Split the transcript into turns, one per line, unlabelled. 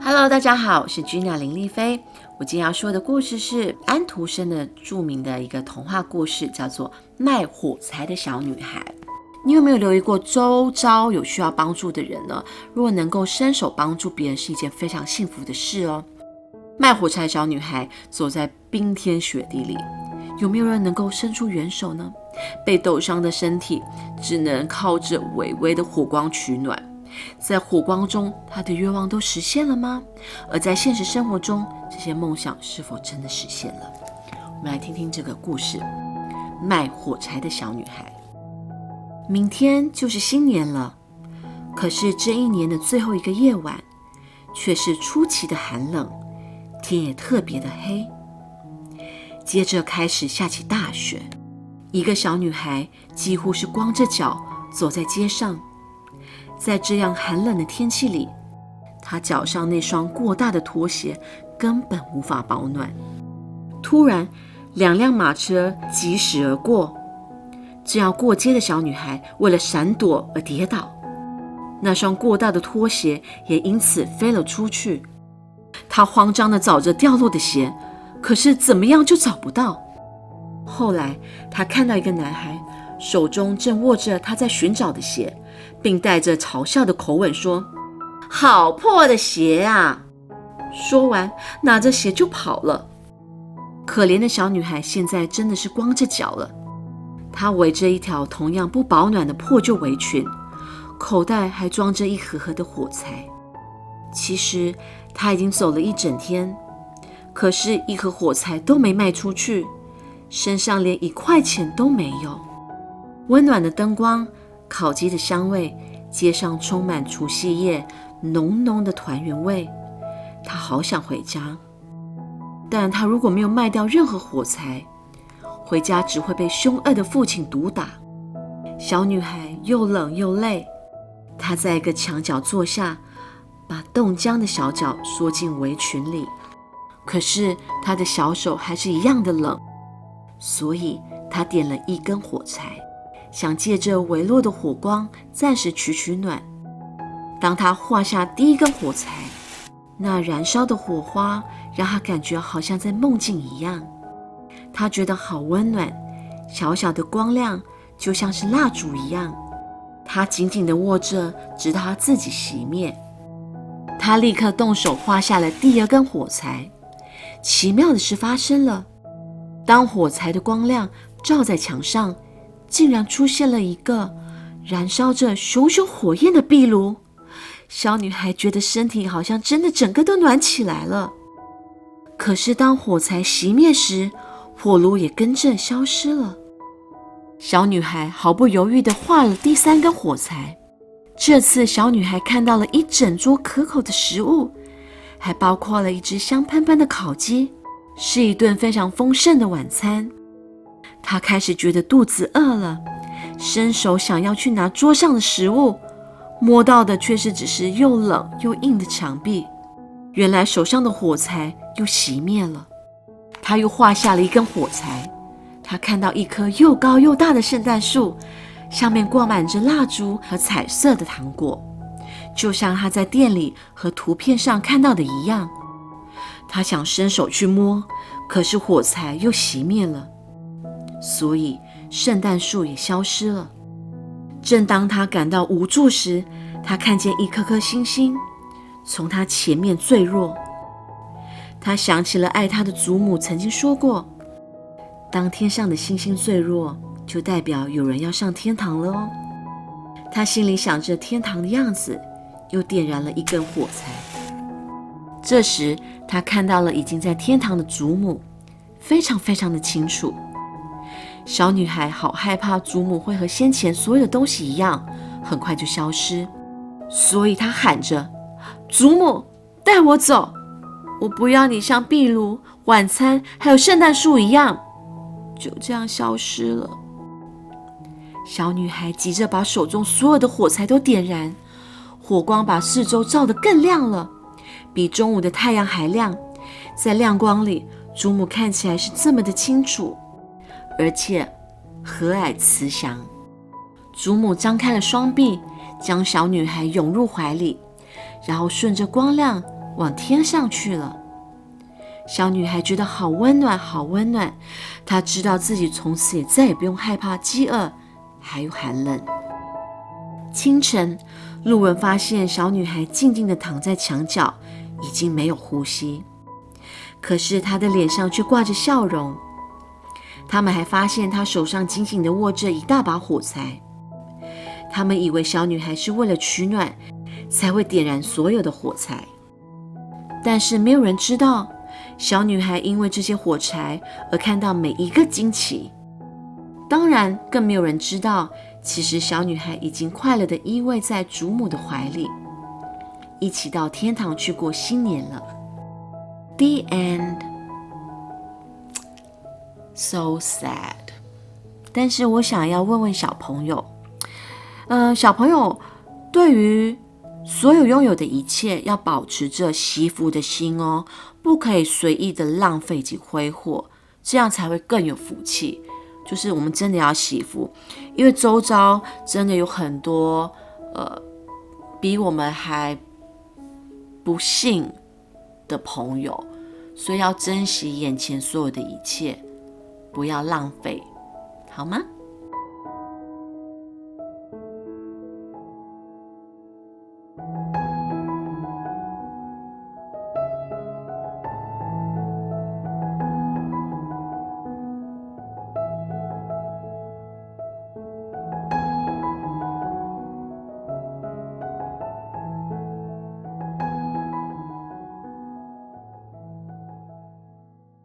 Hello， 大家好，我是 Gina 林丽菲。我今天要说的故事是安徒生的著名的一个童话故事，叫做《卖火柴的小女孩》。你有没有留意过周遭有需要帮助的人呢？如果能够伸手帮助别人，是一件非常幸福的事哦。卖火柴的小女孩走在冰天雪地里，有没有人能够伸出援手呢？被冻伤的身体只能靠着微微的火光取暖。在火光中，他的愿望都实现了吗？而在现实生活中，这些梦想是否真的实现了？我们来听听这个故事：卖火柴的小女孩。明天就是新年了，可是这一年的最后一个夜晚，却是出奇的寒冷，天也特别的黑。接着开始下起大雪，一个小女孩几乎是光着脚走在街上。在这样寒冷的天气里，她脚上那双过大的拖鞋根本无法保暖。突然，两辆马车疾驶而过，正要过街的小女孩为了闪躲而跌倒，那双过大的拖鞋也因此飞了出去。她慌张地找着掉落的鞋，可是怎么样就找不到。后来，她看到一个男孩手中正握着他在寻找的鞋，并带着嘲笑的口吻说：“好破的鞋啊！”说完，拿着鞋就跑了。可怜的小女孩现在真的是光着脚了，她围着一条同样不保暖的破旧围裙，口袋还装着一盒盒的火柴。其实她已经走了一整天，可是一盒火柴都没卖出去，身上连1块钱都没有。温暖的灯光，烤鸡的香味，街上充满除夕夜浓浓的团圆味。她好想回家，但她如果没有卖掉任何火柴，回家只会被凶恶的父亲毒打。小女孩又冷又累，她在一个墙角坐下，把冻僵的小脚缩进围裙里。可是她的小手还是一样的冷，所以她点了1根火柴，想借着微弱的火光暂时取暖。当他画下第1根火柴，那燃烧的火花让他感觉好像在梦境一样。他觉得好温暖，小小的光亮就像是蜡烛一样。他紧紧地握着，直到他自己熄灭。他立刻动手画下了第2根火柴。奇妙的事发生了，当火柴的光亮照在墙上，竟然出现了一个燃烧着熊熊火焰的壁炉。小女孩觉得身体好像真的整个都暖起来了。可是当火柴熄灭时，火炉也跟着消失了。小女孩毫不犹豫地画了第3根火柴。这次小女孩看到了一整桌可口的食物，还包括了一只香喷喷的烤鸡，是一顿非常丰盛的晚餐。她开始觉得肚子饿了，伸手想要去拿桌上的食物，摸到的却是只是又冷又硬的墙壁。原来手上的火柴又熄灭了。她又画下了1根火柴。她看到一棵又高又大的圣诞树，上面挂满着蜡烛和彩色的糖果，就像她在店里和图片上看到的一样。她想伸手去摸，可是火柴又熄灭了，所以圣诞树也消失了。正当他感到无助时，他看见一颗颗星星从他前面坠落。他想起了爱他的祖母曾经说过，当天上的星星坠落，就代表有人要上天堂了哦。他心里想着天堂的样子，又点燃了1根火柴。这时他看到了已经在天堂的祖母，非常非常的清楚。小女孩好害怕祖母会和先前所有的东西一样，很快就消失，所以她喊着：“祖母，带我走！我不要你像壁炉、晚餐还有圣诞树一样，就这样消失了。”小女孩急着把手中所有的火柴都点燃，火光把四周照得更亮了，比中午的太阳还亮。在亮光里，祖母看起来是这么的清楚，而且和蔼慈祥。祖母张开了双臂，将小女孩拥入怀里，然后顺着光亮往天上去了。小女孩觉得好温暖，好温暖。她知道自己从此也再也不用害怕饥饿，还有寒冷。清晨，路人发现小女孩静静地躺在墙角，已经没有呼吸。可是她的脸上却挂着笑容。他们还发现她手上紧紧地握着一大把火柴。他们以为小女孩是为了取暖，才会点燃所有的火柴。但是没有人知道，小女孩因为这些火柴而看到每一个惊奇。当然，更没有人知道，其实小女孩已经快乐地依偎在祖母的怀里，一起到天堂去过新年了。The end. So sad. 但是我想要问问小朋友，小朋友对于所有拥有的一切要保持着惜福的心哦，不可以随意的浪费及挥霍，这样才会更有福气。就是我们真的要惜福，因为周遭真的有很多比我们还不幸的朋友，所以要珍惜眼前所有的一切，不要浪费，好吗？